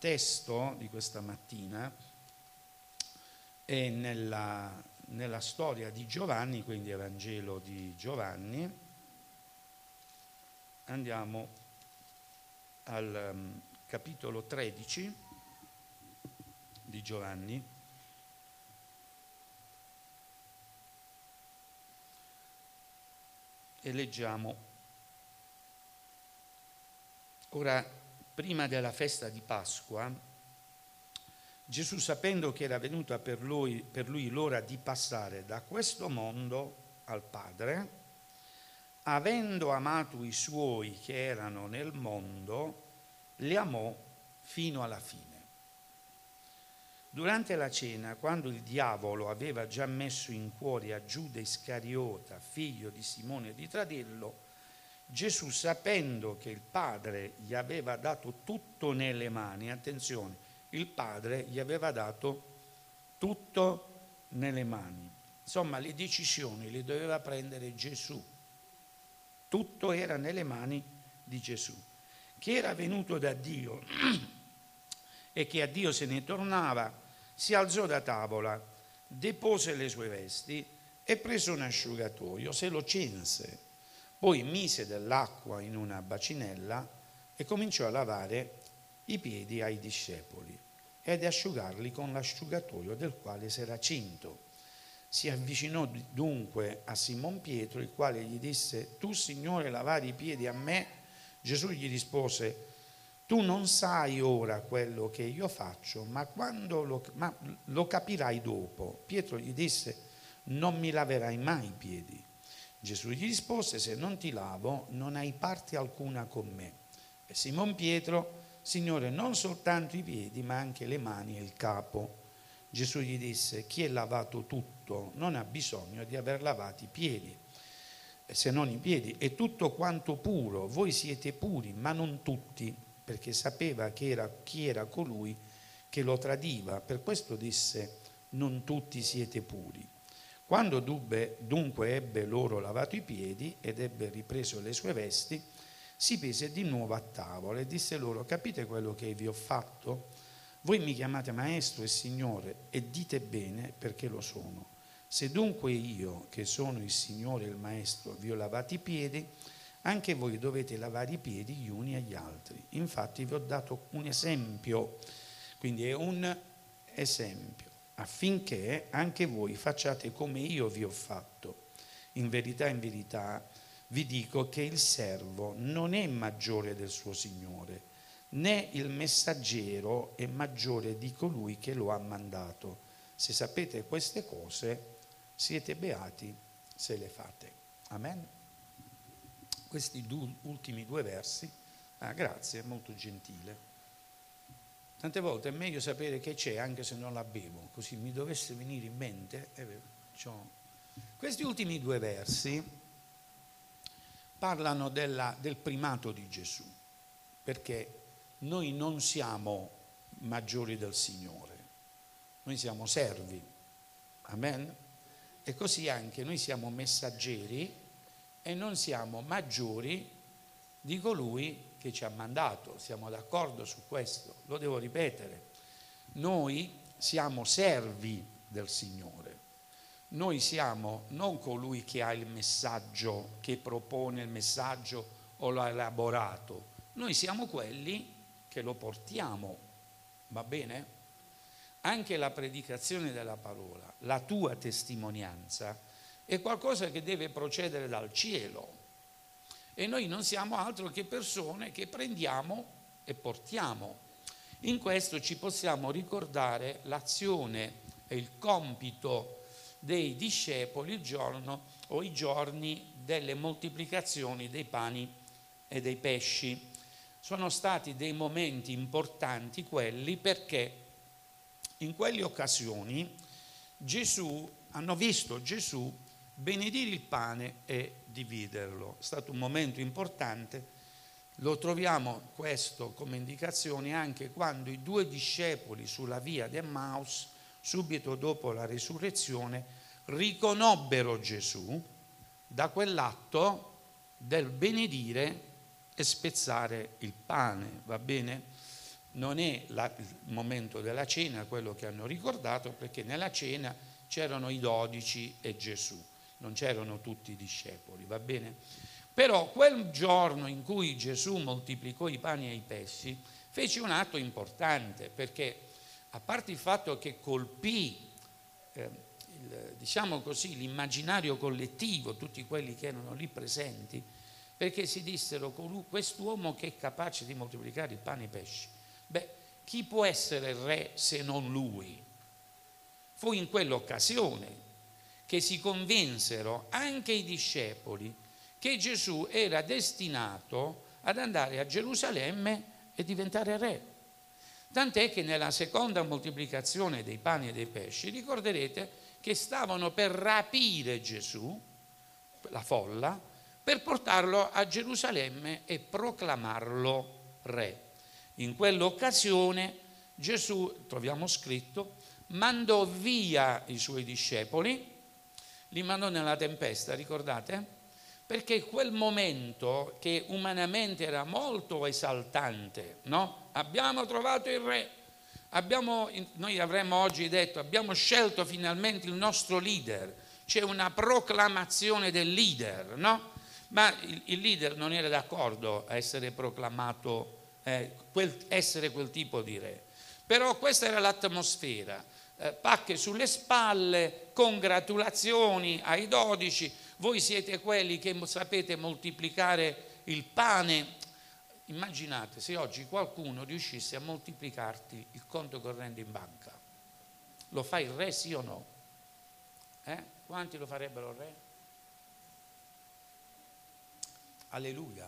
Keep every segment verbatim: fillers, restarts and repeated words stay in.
testo di questa mattina è nella, nella storia di Giovanni, quindi Evangelo di Giovanni. Andiamo al um, capitolo tredici di Giovanni. E leggiamo: ora, prima della festa di Pasqua, Gesù, sapendo che era venuta per lui, per lui l'ora di passare da questo mondo al Padre, avendo amato i suoi che erano nel mondo, li amò fino alla fine. Durante la cena, quando il diavolo aveva già messo in cuore a Giuda Iscariota, figlio di Simone di tradirlo, Gesù, sapendo che il Padre gli aveva dato tutto nelle mani, attenzione, il Padre gli aveva dato tutto nelle mani, insomma le decisioni le doveva prendere Gesù, tutto era nelle mani di Gesù, che era venuto da Dio e che a Dio se ne tornava, si alzò da tavola, depose le sue vesti e prese un asciugatoio, se lo cinse, poi mise dell'acqua in una bacinella e cominciò a lavare i piedi ai discepoli ed asciugarli con l'asciugatoio del quale si era cinto. Si avvicinò dunque a Simon Pietro, il quale gli disse: tu, Signore, lavare i piedi a me? Gesù gli rispose: tu non sai ora quello che io faccio, ma quando lo, ma lo capirai dopo. Pietro gli disse: non mi laverai mai i piedi. Gesù gli rispose: se non ti lavo, non hai parte alcuna con me. E Simon Pietro: Signore, non soltanto i piedi, ma anche le mani e il capo. Gesù gli disse: chi è lavato tutto non ha bisogno di aver lavato i piedi, se non i piedi, è tutto quanto puro. Voi siete puri, ma non tutti, perché sapeva che era, chi era colui che lo tradiva. Per questo disse: non tutti siete puri. Quando dubbe, dunque ebbe loro lavato i piedi ed ebbe ripreso le sue vesti, si pese di nuovo a tavola e disse loro: capite quello che vi ho fatto? Voi mi chiamate maestro e signore e dite bene, perché lo sono. Se dunque io, che sono il Signore e il Maestro, vi ho lavato i piedi, anche voi dovete lavare i piedi gli uni agli altri. Infatti vi ho dato un esempio, quindi è un esempio, affinché anche voi facciate come io vi ho fatto. In verità, in verità, vi dico che il servo non è maggiore del suo Signore, né il messaggero è maggiore di colui che lo ha mandato. Se sapete queste cose, siete beati se le fate. Amen. Questi due, ultimi due versi, ah, grazie, è molto gentile. Tante volte è meglio sapere che c'è anche se non la bevo, così mi dovesse venire in mente. Eh, questi ultimi due versi parlano della, del primato di Gesù, perché noi non siamo maggiori del Signore, noi siamo servi, amen? E così anche noi siamo messaggeri e non siamo maggiori di colui che ci ha mandato. Siamo d'accordo su questo? Lo devo ripetere. Noi siamo servi del Signore. Noi siamo non colui che ha il messaggio, che propone il messaggio o l'ha elaborato. Noi siamo quelli che lo portiamo. Va bene? Anche la predicazione della parola, la tua testimonianza, è qualcosa che deve procedere dal cielo e noi non siamo altro che persone che prendiamo e portiamo. In questo ci possiamo ricordare l'azione e il compito dei discepoli il giorno o i giorni delle moltiplicazioni dei pani e dei pesci. Sono stati dei momenti importanti quelli, perché in quelle occasioni Gesù, hanno visto Gesù benedire il pane e dividerlo. È stato un momento importante. Lo troviamo questo come indicazione anche quando i due discepoli sulla via di Emmaus, subito dopo la risurrezione, riconobbero Gesù da quell'atto del benedire e spezzare il pane, va bene? non è la, il momento della cena quello che hanno ricordato, perché nella cena c'erano i dodici e Gesù, non c'erano tutti i discepoli, va bene? Però quel giorno in cui Gesù moltiplicò i pani e i pesci fece un atto importante, perché a parte il fatto che colpì eh, il, diciamo così, l'immaginario collettivo, tutti quelli che erano lì presenti, perché si dissero: quest'uomo che è capace di moltiplicare il pane e i pesci, beh, chi può essere re se non lui? Fu in quell'occasione che si convinsero anche i discepoli che Gesù era destinato ad andare a Gerusalemme e diventare re. Tant'è che nella seconda moltiplicazione dei pani e dei pesci ricorderete che stavano per rapire Gesù, la folla, per portarlo a Gerusalemme e proclamarlo re. In quell'occasione Gesù, troviamo scritto, mandò via i suoi discepoli, li mandò nella tempesta, ricordate? Perché quel momento, che umanamente era molto esaltante, no? Abbiamo trovato il re, abbiamo, noi avremmo oggi detto, abbiamo scelto finalmente il nostro leader, c'è una proclamazione del leader, no? Ma il, il leader non era d'accordo a essere proclamato, eh, quel, essere quel tipo di re. Però questa era l'atmosfera, eh, pacche sulle spalle, congratulazioni ai dodici, voi siete quelli che sapete moltiplicare il pane. Immaginate se oggi qualcuno riuscisse a moltiplicarti il conto corrente in banca. Lo fa il re, sì o no? Eh? Quanti lo farebbero il re? Alleluia.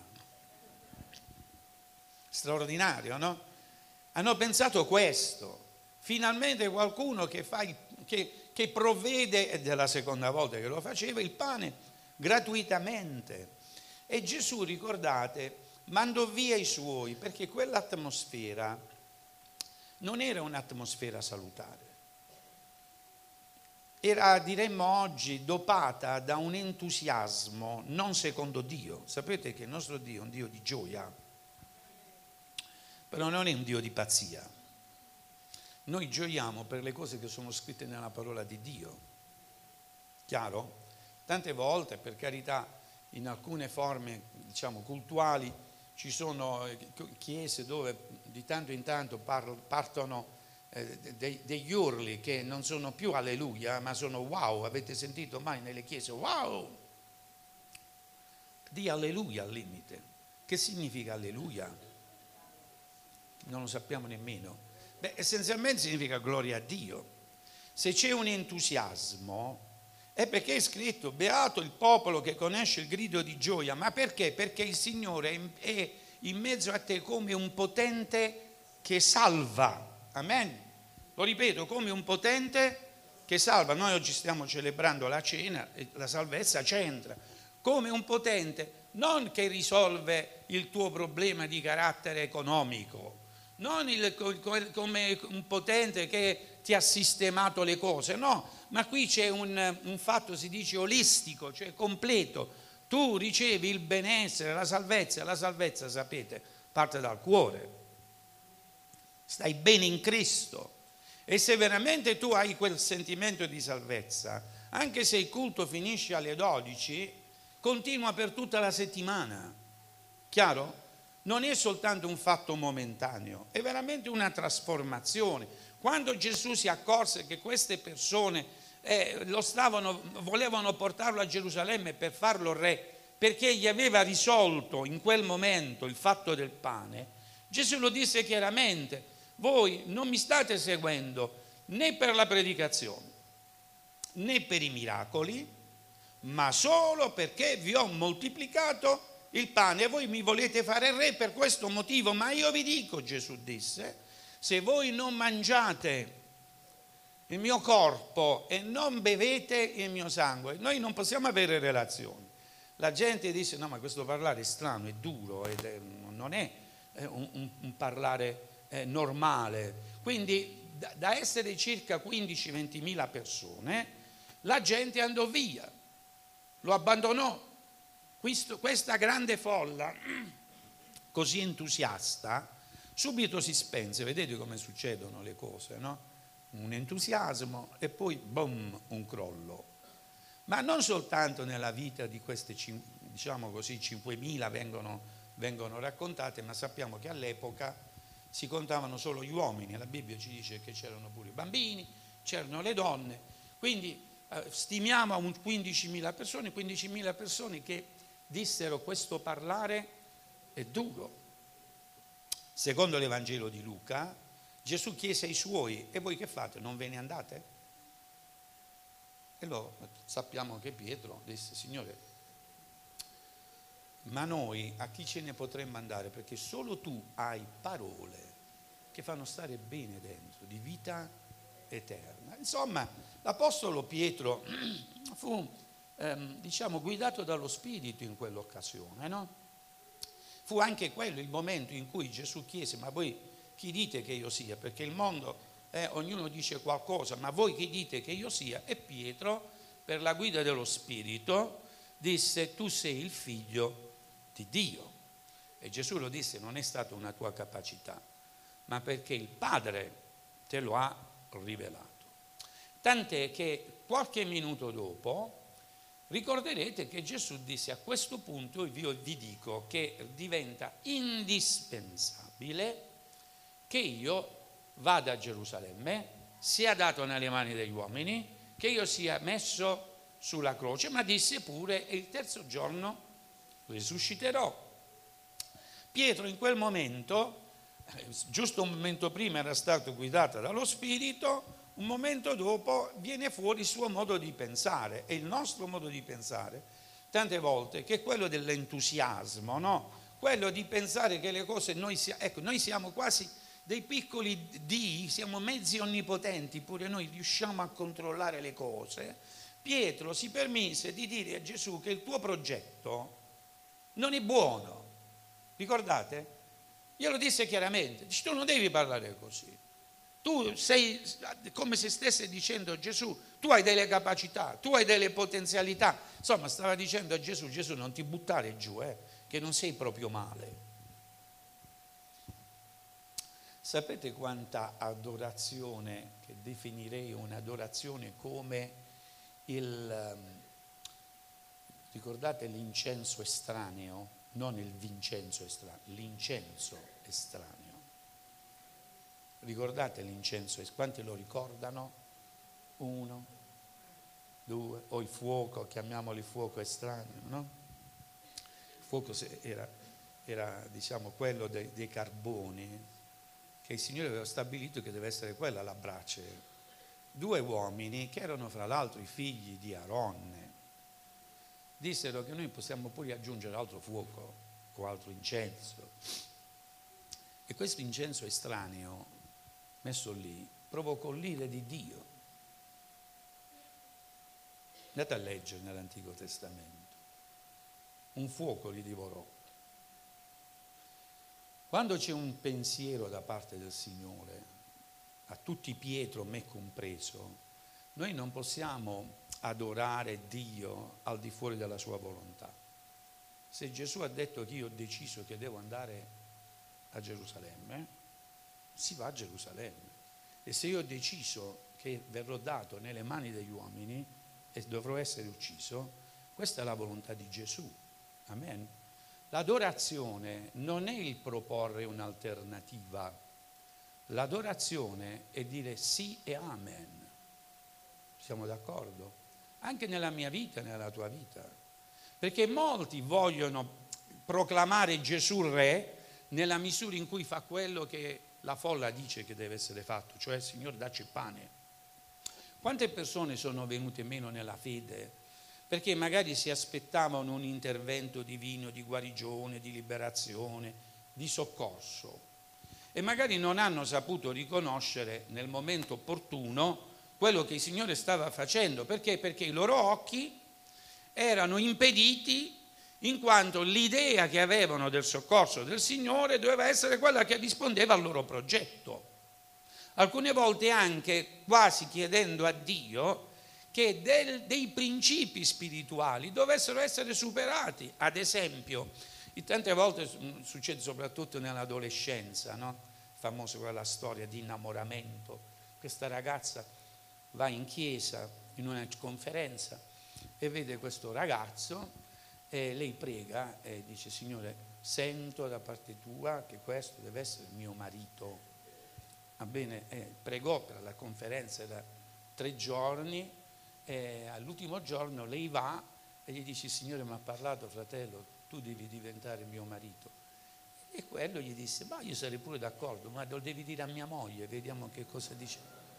Straordinario, no? Hanno pensato questo. Finalmente qualcuno che, fa il, che, che provvede, ed è la seconda volta che lo faceva, il pane gratuitamente. E Gesù, ricordate, mandò via i suoi, perché quell'atmosfera non era un'atmosfera salutare. Era, diremmo oggi, dopata da un entusiasmo non secondo Dio. Sapete che il nostro Dio è un Dio di gioia, però non è un Dio di pazzia. Noi gioiamo per le cose che sono scritte nella parola di Dio. Chiaro? Tante volte, per carità, in alcune forme, diciamo, cultuali, ci sono chiese dove di tanto in tanto partono eh, dei, degli urli che non sono più alleluia, ma sono wow. Avete sentito mai nelle chiese wow? Di alleluia al limite. Che significa alleluia? Non lo sappiamo nemmeno. Beh, essenzialmente significa gloria a Dio. Se c'è un entusiasmo è perché è scritto: beato il popolo che conosce il grido di gioia. Ma perché? Perché il Signore è in mezzo a te come un potente che salva. Amen. Lo ripeto, come un potente che salva. Noi oggi stiamo celebrando la cena e la salvezza c'entra. Come un potente, non che risolve il tuo problema di carattere economico, non il, come un potente che ti ha sistemato le cose, no, ma qui c'è un, un fatto, si dice olistico, cioè completo. Tu ricevi il benessere, la salvezza, la salvezza, sapete, parte dal cuore. Stai bene in Cristo. E se veramente tu hai quel sentimento di salvezza, anche se il culto finisce alle dodici, continua per tutta la settimana. Chiaro? Non è soltanto un fatto momentaneo, è veramente una trasformazione. Quando Gesù si accorse che queste persone eh, lo stavano, volevano portarlo a Gerusalemme per farlo re, perché gli aveva risolto in quel momento il fatto del pane, Gesù lo disse chiaramente: voi non mi state seguendo né per la predicazione né per i miracoli, ma solo perché vi ho moltiplicato il pane e voi mi volete fare re per questo motivo. Ma io vi dico, Gesù disse, se voi non mangiate il mio corpo e non bevete il mio sangue, noi non possiamo avere relazioni. La gente dice: no, ma questo parlare è strano, è duro, ed è, non è un, un, un parlare eh, normale. Quindi da, da essere circa quindici ventimila persone, la gente andò via, lo abbandonò. Questo, questa grande folla così entusiasta Subito si spense, vedete come succedono le cose, no? Un entusiasmo e poi boom, un crollo. Ma non soltanto nella vita di queste, diciamo così, cinquemila vengono, vengono raccontate, ma sappiamo che all'epoca si contavano solo gli uomini, la Bibbia ci dice che c'erano pure i bambini, c'erano le donne, quindi eh, stimiamo a un quindicimila persone, quindicimila persone che dissero questo parlare è duro. Secondo l'Evangelo di Luca, Gesù chiese ai suoi: e voi che fate? Non ve ne andate? E lo sappiamo che Pietro disse: Signore, ma noi a chi ce ne potremmo andare? Perché solo tu hai parole che fanno stare bene dentro, di vita eterna. Insomma, l'Apostolo Pietro fu, ehm, diciamo, guidato dallo Spirito in quell'occasione, no? Fu anche quello il momento in cui Gesù chiese: ma voi chi dite che io sia? Perché il mondo, eh, ognuno dice qualcosa, ma voi chi dite che io sia? E Pietro, per la guida dello Spirito, disse: tu sei il figlio di Dio. E Gesù lo disse: non è stata una tua capacità, ma perché il Padre te lo ha rivelato. Tant'è che qualche minuto dopo ricorderete che Gesù disse: a questo punto io vi dico che diventa indispensabile che io vada a Gerusalemme, sia dato nelle mani degli uomini, che io sia messo sulla croce, ma disse pure: e il terzo giorno risusciterò. Pietro in quel momento, giusto un momento prima era stato guidato dallo Spirito, un momento dopo viene fuori il suo modo di pensare, e il nostro modo di pensare tante volte che è quello dell'entusiasmo, no? Quello di pensare che le cose noi, sia, ecco, noi siamo quasi dei piccoli dii, siamo mezzi onnipotenti, pure noi riusciamo a controllare le cose. Pietro si permise di dire a Gesù che il tuo progetto non è buono, ricordate? Glielo disse chiaramente, dice: tu non devi parlare così. Tu sei come se stesse dicendo a Gesù: tu hai delle capacità, tu hai delle potenzialità. Insomma, stava dicendo a Gesù: Gesù, non ti buttare giù, eh, che non sei proprio male. Sapete quanta adorazione, che definirei un'adorazione come il, ricordate l'incenso estraneo? Non il Vincenzo estraneo, l'incenso estraneo. Ricordate l'incenso? Quanti lo ricordano? Uno, due, o il fuoco, chiamiamolo il fuoco estraneo, no? Il fuoco era, era diciamo, quello dei, dei carboni, che il Signore aveva stabilito che deve essere quella la brace. Due uomini, che erano fra l'altro i figli di Aronne, dissero che noi possiamo pure aggiungere altro fuoco o altro incenso. E questo incenso estraneo messo lì provocò l'ira di Dio. Andate a leggere nell'Antico Testamento. Un fuoco li divorò. Quando c'è un pensiero da parte del Signore, a tutti Pietro, me compreso, noi non possiamo adorare Dio al di fuori della sua volontà. Se Gesù ha detto che io ho deciso che devo andare a Gerusalemme, si va a Gerusalemme. E se io ho deciso che verrò dato nelle mani degli uomini e dovrò essere ucciso, questa è la volontà di Gesù. Amen. L'adorazione non è il proporre un'alternativa. L'adorazione è dire sì e amen. Siamo d'accordo? Anche nella mia vita e nella tua vita. Perché molti vogliono proclamare Gesù Re nella misura in cui fa quello che la folla dice che deve essere fatto, cioè: Signore, dacci pane. Quante persone sono venute meno nella fede perché magari si aspettavano un intervento divino di guarigione, di liberazione, di soccorso, e magari non hanno saputo riconoscere nel momento opportuno quello che il Signore stava facendo. Perché? Perché i loro occhi erano impediti, in quanto l'idea che avevano del soccorso del Signore doveva essere quella che rispondeva al loro progetto. Alcune volte anche quasi chiedendo a Dio che del, dei principi spirituali dovessero essere superati. Ad esempio, E tante volte succede soprattutto nell'adolescenza, no? Famosa quella storia di innamoramento. Questa ragazza va in chiesa, in una conferenza, e vede questo ragazzo e lei prega e dice: Signore, sento da parte tua che questo deve essere il mio marito. Va bene, eh, pregò per la conferenza, era tre giorni, e all'ultimo giorno lei va e gli dice: Signore mi ha parlato, fratello, tu devi diventare mio marito. E quello gli disse: ma io sarei pure d'accordo, ma lo devi dire a mia moglie, vediamo che cosa dice.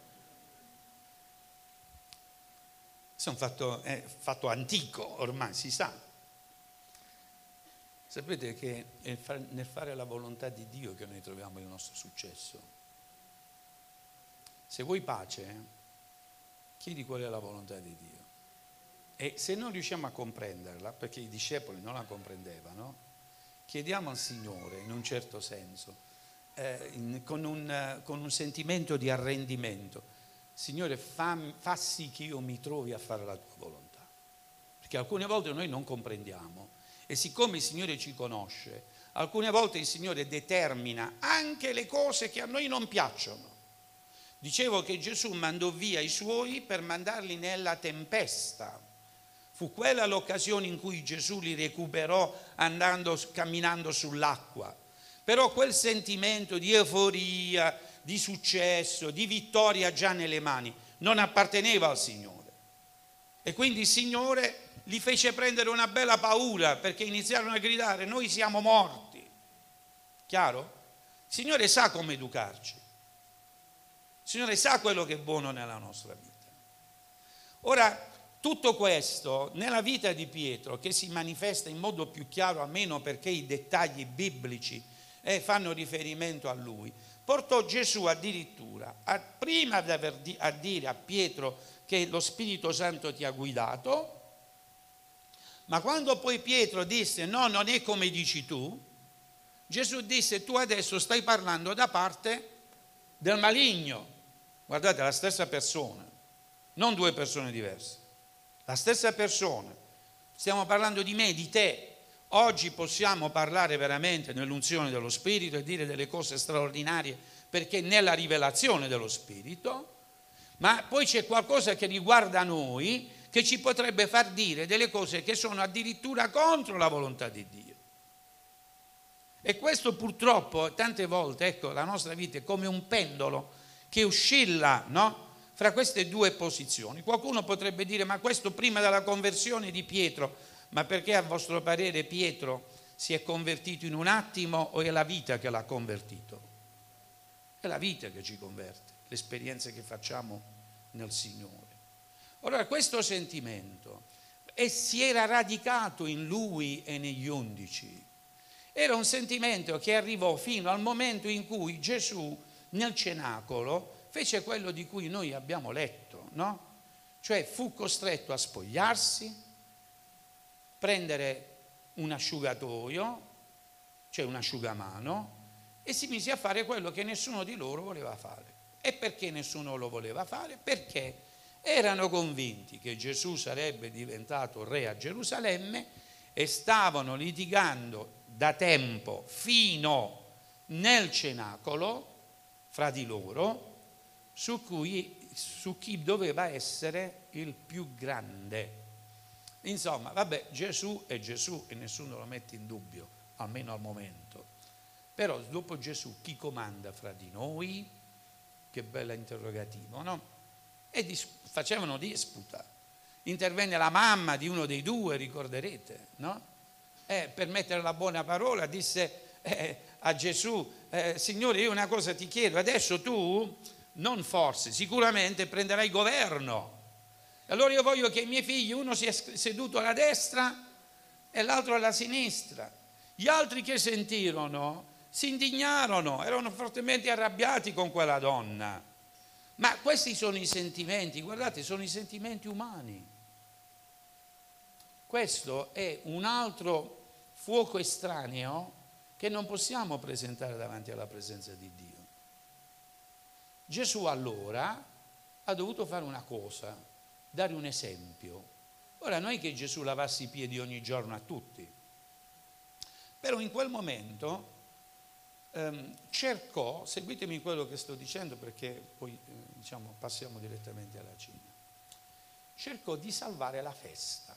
Questo è un fatto, è fatto antico, ormai si sa. Sapete che è nel fare la volontà di Dio che noi troviamo il nostro successo. Se vuoi pace, chiedi qual è la volontà di Dio. E se non riusciamo a comprenderla, perché i discepoli non la comprendevano, chiediamo al Signore, in un certo senso, eh, in, con, un, con un sentimento di arrendimento: Signore, fa, fa sì che io mi trovi a fare la tua volontà. Perché alcune volte noi non comprendiamo, e siccome il Signore ci conosce, alcune volte il Signore determina anche le cose che a noi non piacciono. Dicevo che Gesù mandò via i suoi per mandarli nella tempesta. Fu quella l'occasione in cui Gesù li recuperò andando, camminando sull'acqua. Però quel sentimento di euforia, di successo, di vittoria già nelle mani non apparteneva al Signore. E quindi il Signore li fece prendere una bella paura, perché iniziarono a gridare: noi siamo morti. Chiaro? Il Signore sa come educarci. Il Signore sa quello che è buono nella nostra vita. Ora, tutto questo nella vita di Pietro, che si manifesta in modo più chiaro, almeno perché i dettagli biblici eh, fanno riferimento a lui, portò Gesù addirittura, a, prima di aver di, a dire a Pietro che lo Spirito Santo ti ha guidato, ma quando poi Pietro disse: no, non è come dici tu, Gesù disse: tu adesso stai parlando da parte del maligno. Guardate, la stessa persona, non due persone diverse, la stessa persona. Stiamo parlando di me, di te. Oggi possiamo parlare veramente nell'unzione dello Spirito e dire delle cose straordinarie, perché nella rivelazione dello Spirito, ma poi c'è qualcosa che riguarda noi che ci potrebbe far dire delle cose che sono addirittura contro la volontà di Dio. E questo purtroppo tante volte, ecco, la nostra vita è come un pendolo che oscilla, no? Fra queste due posizioni. Qualcuno potrebbe dire: ma questo prima della conversione di Pietro. Ma perché a vostro parere Pietro si è convertito in un attimo, o è la vita che l'ha convertito? È la vita che ci converte, le esperienze che facciamo nel Signore. Ora, questo sentimento e si era radicato in lui e negli undici. Era un sentimento che arrivò fino al momento in cui Gesù nel cenacolo fece quello di cui noi abbiamo letto, no? Cioè fu costretto a spogliarsi, prendere un asciugatoio, cioè un asciugamano, e si mise a fare quello che nessuno di loro voleva fare. E perché nessuno lo voleva fare? Perché erano convinti che Gesù sarebbe diventato re a Gerusalemme e stavano litigando da tempo fino nel cenacolo fra di loro su, cui, su chi doveva essere il più grande. Insomma, vabbè, Gesù è Gesù e nessuno lo mette in dubbio, almeno al momento. Però dopo Gesù chi comanda fra di noi? Che bella interrogativo, no? E dis- facevano disputa. Intervenne la mamma di uno dei due, ricorderete, no? Eh, per mettere la buona parola disse eh, a Gesù: eh, Signore, io una cosa ti chiedo, adesso tu, non forse, sicuramente prenderai governo. Allora io voglio che i miei figli, uno sia seduto alla destra e l'altro alla sinistra. Gli altri che sentirono si indignarono, erano fortemente arrabbiati con quella donna. Ma questi sono i sentimenti, guardate, sono i sentimenti umani. Questo è un altro fuoco estraneo che non possiamo presentare davanti alla presenza di Dio. Gesù allora ha dovuto fare una cosa: dare un esempio. Ora, non è che Gesù lavasse i piedi ogni giorno a tutti, Però in quel momento ehm, cercò, seguitemi quello che sto dicendo perché poi eh, diciamo, passiamo direttamente alla cena, cercò di salvare la festa.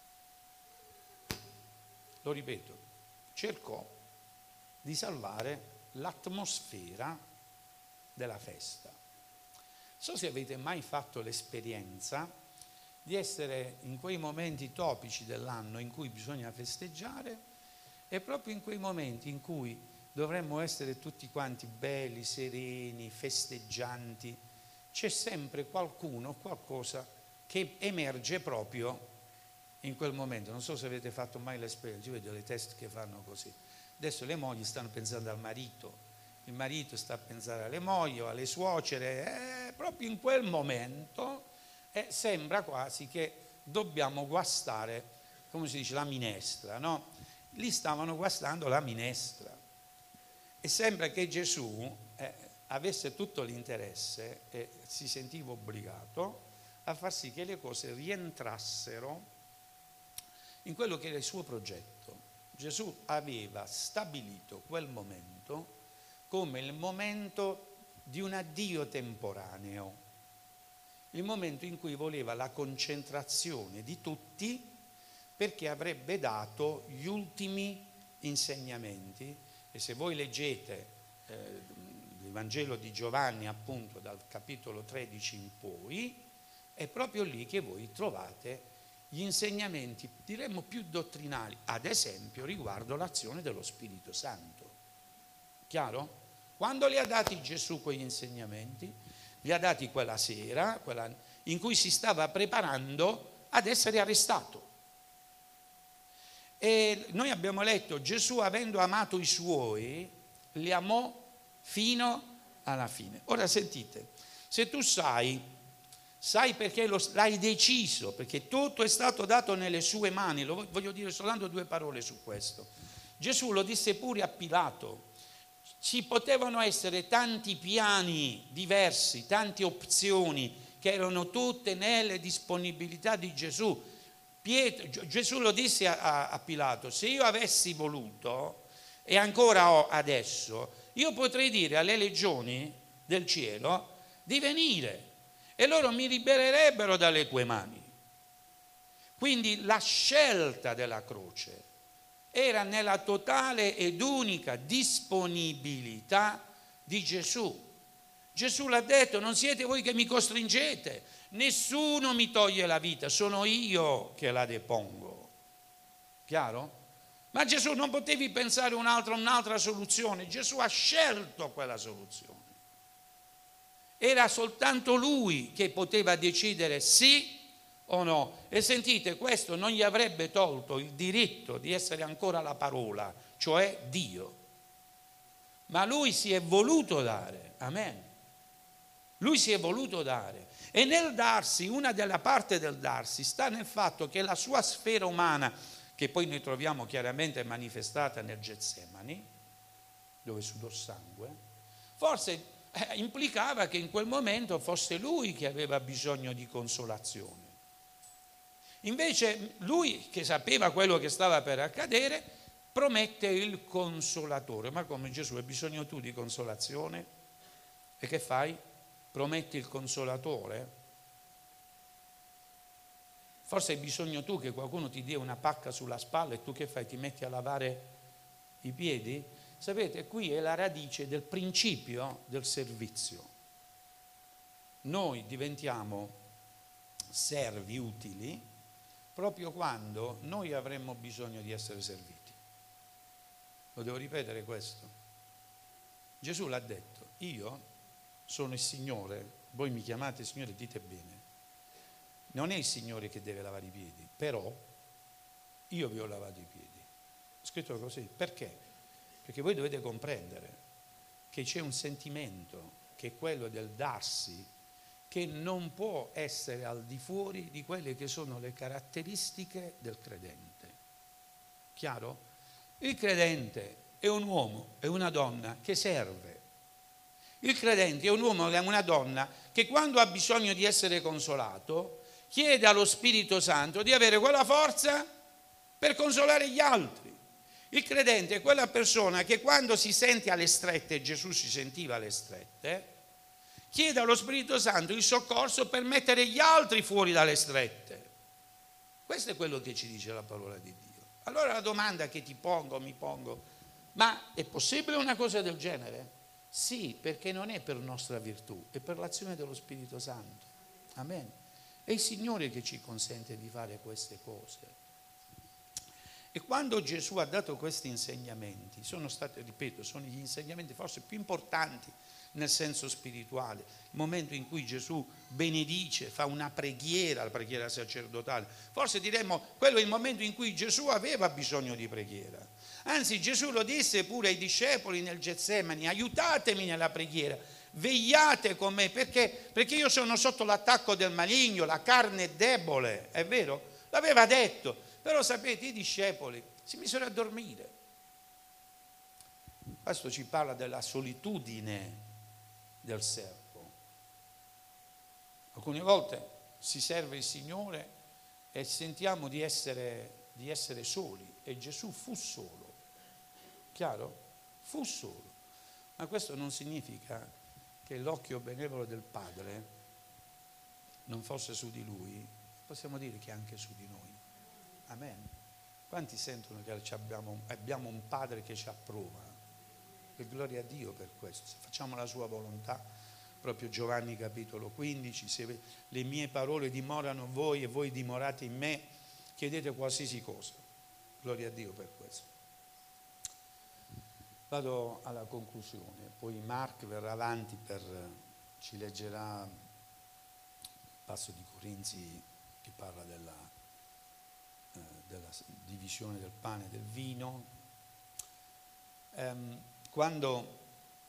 Lo ripeto, cercò di salvare l'atmosfera della festa. Non so se avete mai fatto l'esperienza di essere in quei momenti topici dell'anno in cui bisogna festeggiare e proprio in quei momenti in cui dovremmo essere tutti quanti belli, sereni, festeggianti, c'è sempre qualcuno, qualcosa che emerge proprio in quel momento. Non so se avete fatto mai l'esperienza, io vedo le teste che fanno così. Adesso le mogli stanno pensando al marito, il marito sta a pensare alle mogli o alle suocere, eh, proprio in quel momento eh, sembra quasi che dobbiamo guastare, come si dice, la minestra, no? Lì stavano guastando la minestra e sembra che Gesù eh, avesse tutto l'interesse e si sentiva obbligato a far sì che le cose rientrassero in quello che era il suo progetto. Gesù aveva stabilito quel momento come il momento di un addio temporaneo, il momento in cui voleva la concentrazione di tutti perché avrebbe dato gli ultimi insegnamenti. E se voi leggete eh, il Vangelo di Giovanni appunto dal capitolo tredici in poi, è proprio lì che voi trovate gli insegnamenti, diremmo più dottrinali, ad esempio riguardo l'azione dello Spirito Santo. Chiaro? Quando li ha dati Gesù quegli insegnamenti? Li ha dati quella sera, quella in cui si stava preparando ad essere arrestato. E noi abbiamo letto, Gesù avendo amato i suoi, li amò fino alla fine. Ora sentite, se tu sai Sai perché lo, l'hai deciso, perché tutto è stato dato nelle sue mani. Lo voglio dire soltanto due parole su questo. Gesù lo disse pure a Pilato. Ci potevano essere tanti piani diversi, tante opzioni che erano tutte nelle disponibilità di Gesù. Pietro, Gesù lo disse a, a, a Pilato, se io avessi voluto, e ancora ho adesso, io potrei dire alle legioni del cielo di venire e loro mi libererebbero dalle tue mani. Quindi la scelta della croce era nella totale ed unica disponibilità di Gesù. Gesù l'ha detto, non siete voi che mi costringete, nessuno mi toglie la vita, sono io che la depongo. Chiaro? Ma Gesù non potevi pensare un'altra, un'altra soluzione, Gesù ha scelto quella soluzione. Era soltanto lui che poteva decidere sì o no. E sentite, questo non gli avrebbe tolto il diritto di essere ancora la parola, cioè Dio. Ma lui si è voluto dare, amen. Lui si è voluto dare. E nel darsi, una della parte del darsi sta nel fatto che la sua sfera umana, che poi noi troviamo chiaramente manifestata nel Getsemani, dove sudò sangue, forse Eh, implicava che in quel momento fosse lui che aveva bisogno di consolazione. Invece lui, che sapeva quello che stava per accadere, promette il consolatore. Ma come, Gesù, hai bisogno tu di consolazione? E che fai? Prometti il consolatore? Forse hai bisogno tu che qualcuno ti dia una pacca sulla spalla e tu che fai? Ti metti a lavare i piedi? Sapete, qui è la radice del principio del servizio. Noi diventiamo servi utili proprio quando noi avremmo bisogno di essere serviti. Lo devo ripetere questo? Gesù l'ha detto, io sono il Signore, voi mi chiamate Signore, dite bene. Non è il Signore che deve lavare i piedi, però io vi ho lavato i piedi. Ho scritto così, perché? Perché voi dovete comprendere che c'è un sentimento, che è quello del darsi, che non può essere al di fuori di quelle che sono le caratteristiche del credente. Chiaro? Il credente è un uomo, è una donna che serve. Il credente è un uomo e una donna che quando ha bisogno di essere consolato chiede allo Spirito Santo di avere quella forza per consolare gli altri. Il credente è quella persona che quando si sente alle strette, Gesù si sentiva alle strette, chiede allo Spirito Santo il soccorso per mettere gli altri fuori dalle strette. Questo è quello che ci dice la parola di Dio. Allora la domanda che ti pongo, mi pongo, ma è possibile una cosa del genere? Sì, perché non è per nostra virtù, è per l'azione dello Spirito Santo. Amen. È il Signore che ci consente di fare queste cose. E quando Gesù ha dato questi insegnamenti, sono stati, ripeto, sono gli insegnamenti forse più importanti nel senso spirituale, il momento in cui Gesù benedice, fa una preghiera, la preghiera sacerdotale. Forse diremmo, quello è il momento in cui Gesù aveva bisogno di preghiera. Anzi, Gesù lo disse pure ai discepoli nel Getsemani: aiutatemi nella preghiera, vegliate con me, perché? Perché io sono sotto l'attacco del maligno, la carne è debole, è vero? L'aveva detto, però sapete, i discepoli si misero a dormire. Questo ci parla della solitudine del servo. Alcune volte si serve il Signore e sentiamo di essere, di essere soli, e Gesù fu solo. Chiaro? Fu solo. Ma questo non significa che l'occhio benevolo del Padre non fosse su di Lui. Possiamo dire che è anche su di noi. Amen. Quanti sentono che abbiamo, abbiamo un Padre che ci approva? E gloria a Dio per questo. Se facciamo la sua volontà, proprio Giovanni capitolo quindici, se le mie parole dimorano in voi e voi dimorate in me, chiedete qualsiasi cosa. Gloria a Dio per questo. Vado alla conclusione, poi Mark verrà avanti per, ci leggerà il passo di Corinzi che parla della, eh, della divisione del pane e del vino. Ehm, quando,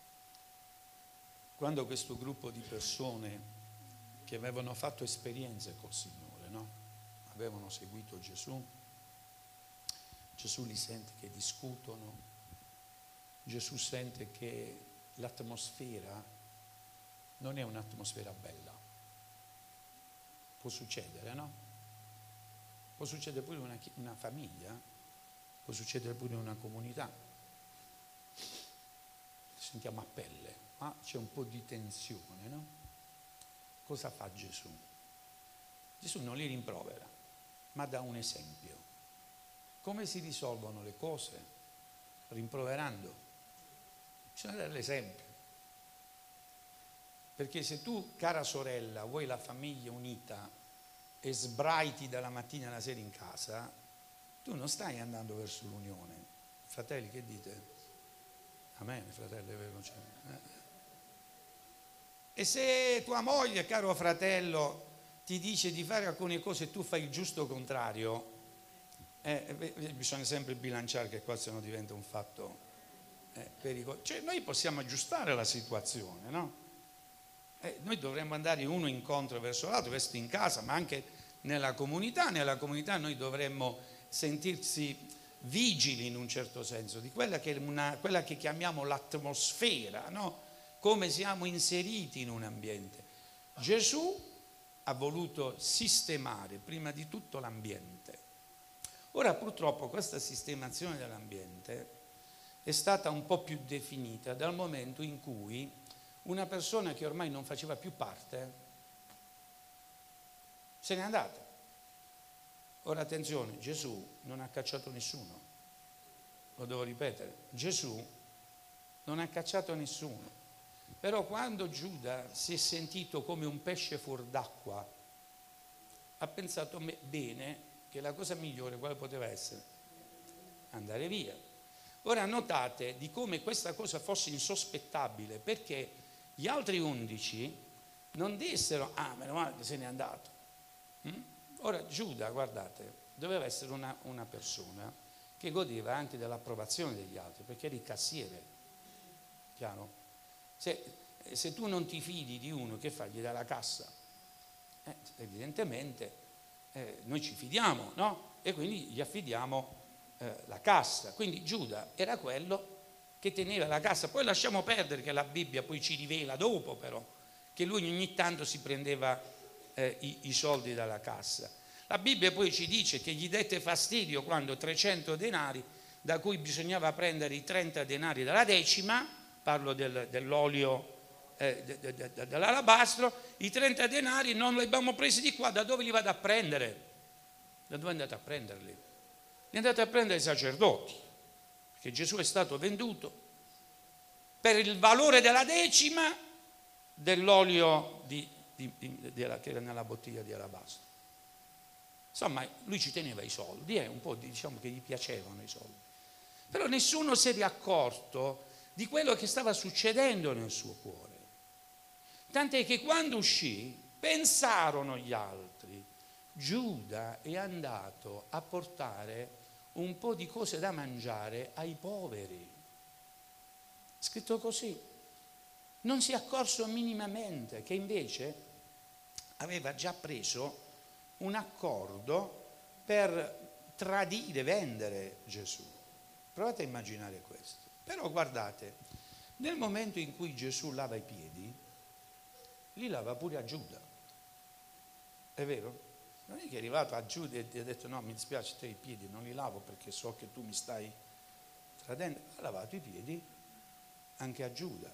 quando questo gruppo di persone che avevano fatto esperienze col Signore, no? Avevano seguito Gesù, Gesù li sente che discutono, Gesù sente che l'atmosfera non è un'atmosfera bella. Può succedere, no? Può succedere pure in una, una famiglia, può succedere pure in una comunità. Sentiamo a pelle, ma c'è un po' di tensione, no? Cosa fa Gesù? Gesù non li rimprovera, ma dà un esempio. Come si risolvono le cose? Rimproverando. Bisogna dare l'esempio, perché se tu, cara sorella, vuoi la famiglia unita e sbraiti dalla mattina alla sera in casa, tu non stai andando verso l'unione. Fratelli, che dite? Amen, fratelli, è vero? Cioè, eh. E se tua moglie, caro fratello, ti dice di fare alcune cose e tu fai il giusto contrario, eh, bisogna sempre bilanciare, che qua se no diventa un fatto Eh, pericolo. Cioè, noi possiamo aggiustare la situazione, no? Eh, noi dovremmo andare uno incontro verso l'altro, questo in casa, ma anche nella comunità. Nella comunità noi dovremmo sentirsi vigili in un certo senso di quella che, è una, quella che chiamiamo l'atmosfera, no? Come siamo inseriti in un ambiente. Gesù ha voluto sistemare prima di tutto l'ambiente. Ora purtroppo questa sistemazione dell'ambiente è stata un po' più definita dal momento in cui una persona che ormai non faceva più parte se n'è andata. Ora attenzione, Gesù non ha cacciato nessuno, lo devo ripetere, Gesù non ha cacciato nessuno, però quando Giuda si è sentito come un pesce fuor d'acqua, ha pensato bene che la cosa migliore quale poteva essere? Andare via. Ora notate di come questa cosa fosse insospettabile, perché gli altri undici non dissero: ah, meno male che se n'è andato. Mm? Ora Giuda, guardate, doveva essere una, una persona che godeva anche dell'approvazione degli altri, perché era il cassiere, chiaro? Se, se tu non ti fidi di uno, che fai? Gli dà la cassa. Eh, evidentemente eh, noi ci fidiamo, no? E quindi gli affidiamo Eh, la cassa. Quindi Giuda era quello che teneva la cassa. Poi lasciamo perdere che la Bibbia poi ci rivela dopo, però, che lui ogni tanto si prendeva eh, i, i soldi dalla cassa. La Bibbia poi ci dice che gli dette fastidio quando trecento denari da cui bisognava prendere i trenta denari della decima, parlo del, dell'olio eh, de, de, de, dell'alabastro, i trenta denari non li abbiamo presi di qua, da dove li vado a prendere? Da dove andate a prenderli? Li andate a prendere i sacerdoti, perché Gesù è stato venduto per il valore della decima dell'olio di, di, di, della, che era nella bottiglia di alabastro. Insomma, lui ci teneva i soldi, eh, un po' diciamo che gli piacevano i soldi. Però nessuno si era accorto di quello che stava succedendo nel suo cuore. Tant'è che quando uscì, pensarono gli altri, Giuda è andato a portare un po' di cose da mangiare ai poveri. Scritto così. Non si è accorso minimamente che invece aveva già preso un accordo per tradire, vendere Gesù. Provate a immaginare questo. Però guardate, nel momento in cui Gesù lava i piedi, li lava pure a Giuda. È vero? Non è che è arrivato a Giuda e ti ha detto no, mi dispiace, te i piedi non li lavo perché so che tu mi stai tradendo. Ha lavato i piedi anche a Giuda.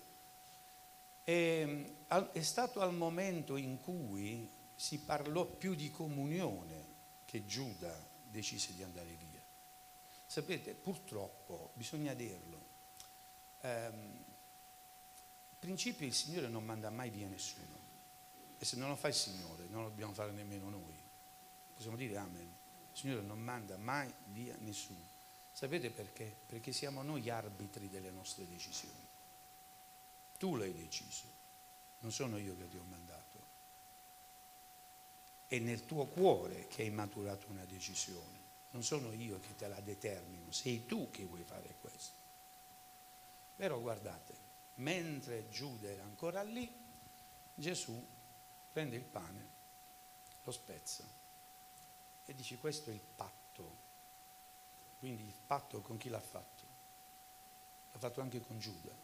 E è stato al momento in cui si parlò più di comunione che Giuda decise di andare via. Sapete, purtroppo, bisogna dirlo, ehm, in principio il Signore non manda mai via nessuno. E se non lo fa il Signore, non lo dobbiamo fare nemmeno noi. Possiamo dire amen. Il Signore non manda mai via nessuno. Sapete perché? Perché siamo noi arbitri delle nostre decisioni. Tu l'hai deciso, non sono io che ti ho mandato. È nel tuo cuore che hai maturato una decisione, non sono io che te la determino, sei tu che vuoi fare questo. Però guardate, mentre Giuda era ancora lì, Gesù prende il pane, lo spezza e dice questo è il patto. Quindi il patto con chi l'ha fatto? L'ha fatto anche con Giuda.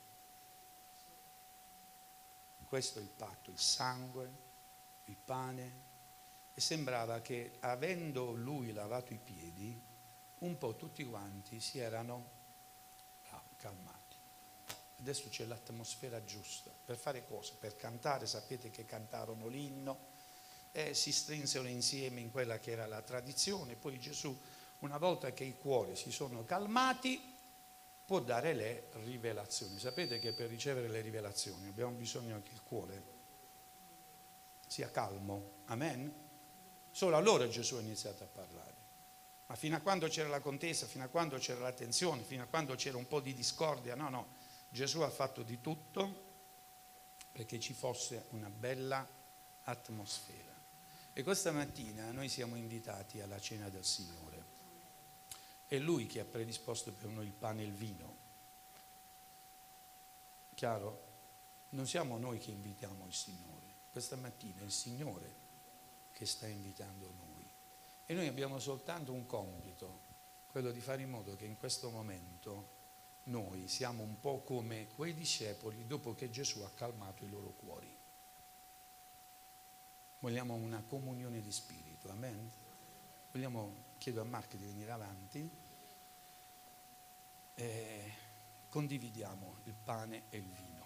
Questo è il patto, il sangue, il pane. E sembrava che avendo lui lavato i piedi, un po' tutti quanti si erano calmati. Adesso c'è l'atmosfera giusta. Per fare cosa? Per cantare, sapete che cantarono l'inno, eh, si strinsero insieme in quella che era la tradizione. Poi Gesù, una volta che i cuori si sono calmati, può dare le rivelazioni. Sapete che per ricevere le rivelazioni abbiamo bisogno che il cuore sia calmo. Amen? Solo allora Gesù ha iniziato a parlare. Ma fino a quando c'era la contesa, fino a quando c'era la tensione, fino a quando c'era un po' di discordia, no, no. Gesù ha fatto di tutto perché ci fosse una bella atmosfera. E questa mattina noi siamo invitati alla cena del Signore. È Lui che ha predisposto per noi il pane e il vino. Chiaro? Non siamo noi che invitiamo il Signore. Questa mattina è il Signore che sta invitando noi. E noi abbiamo soltanto un compito, quello di fare in modo che in questo momento noi siamo un po' come quei discepoli dopo che Gesù ha calmato i loro cuori. Vogliamo una comunione di spirito, amen? Vogliamo, chiedo a Marco di venire avanti e condividiamo il pane e il vino.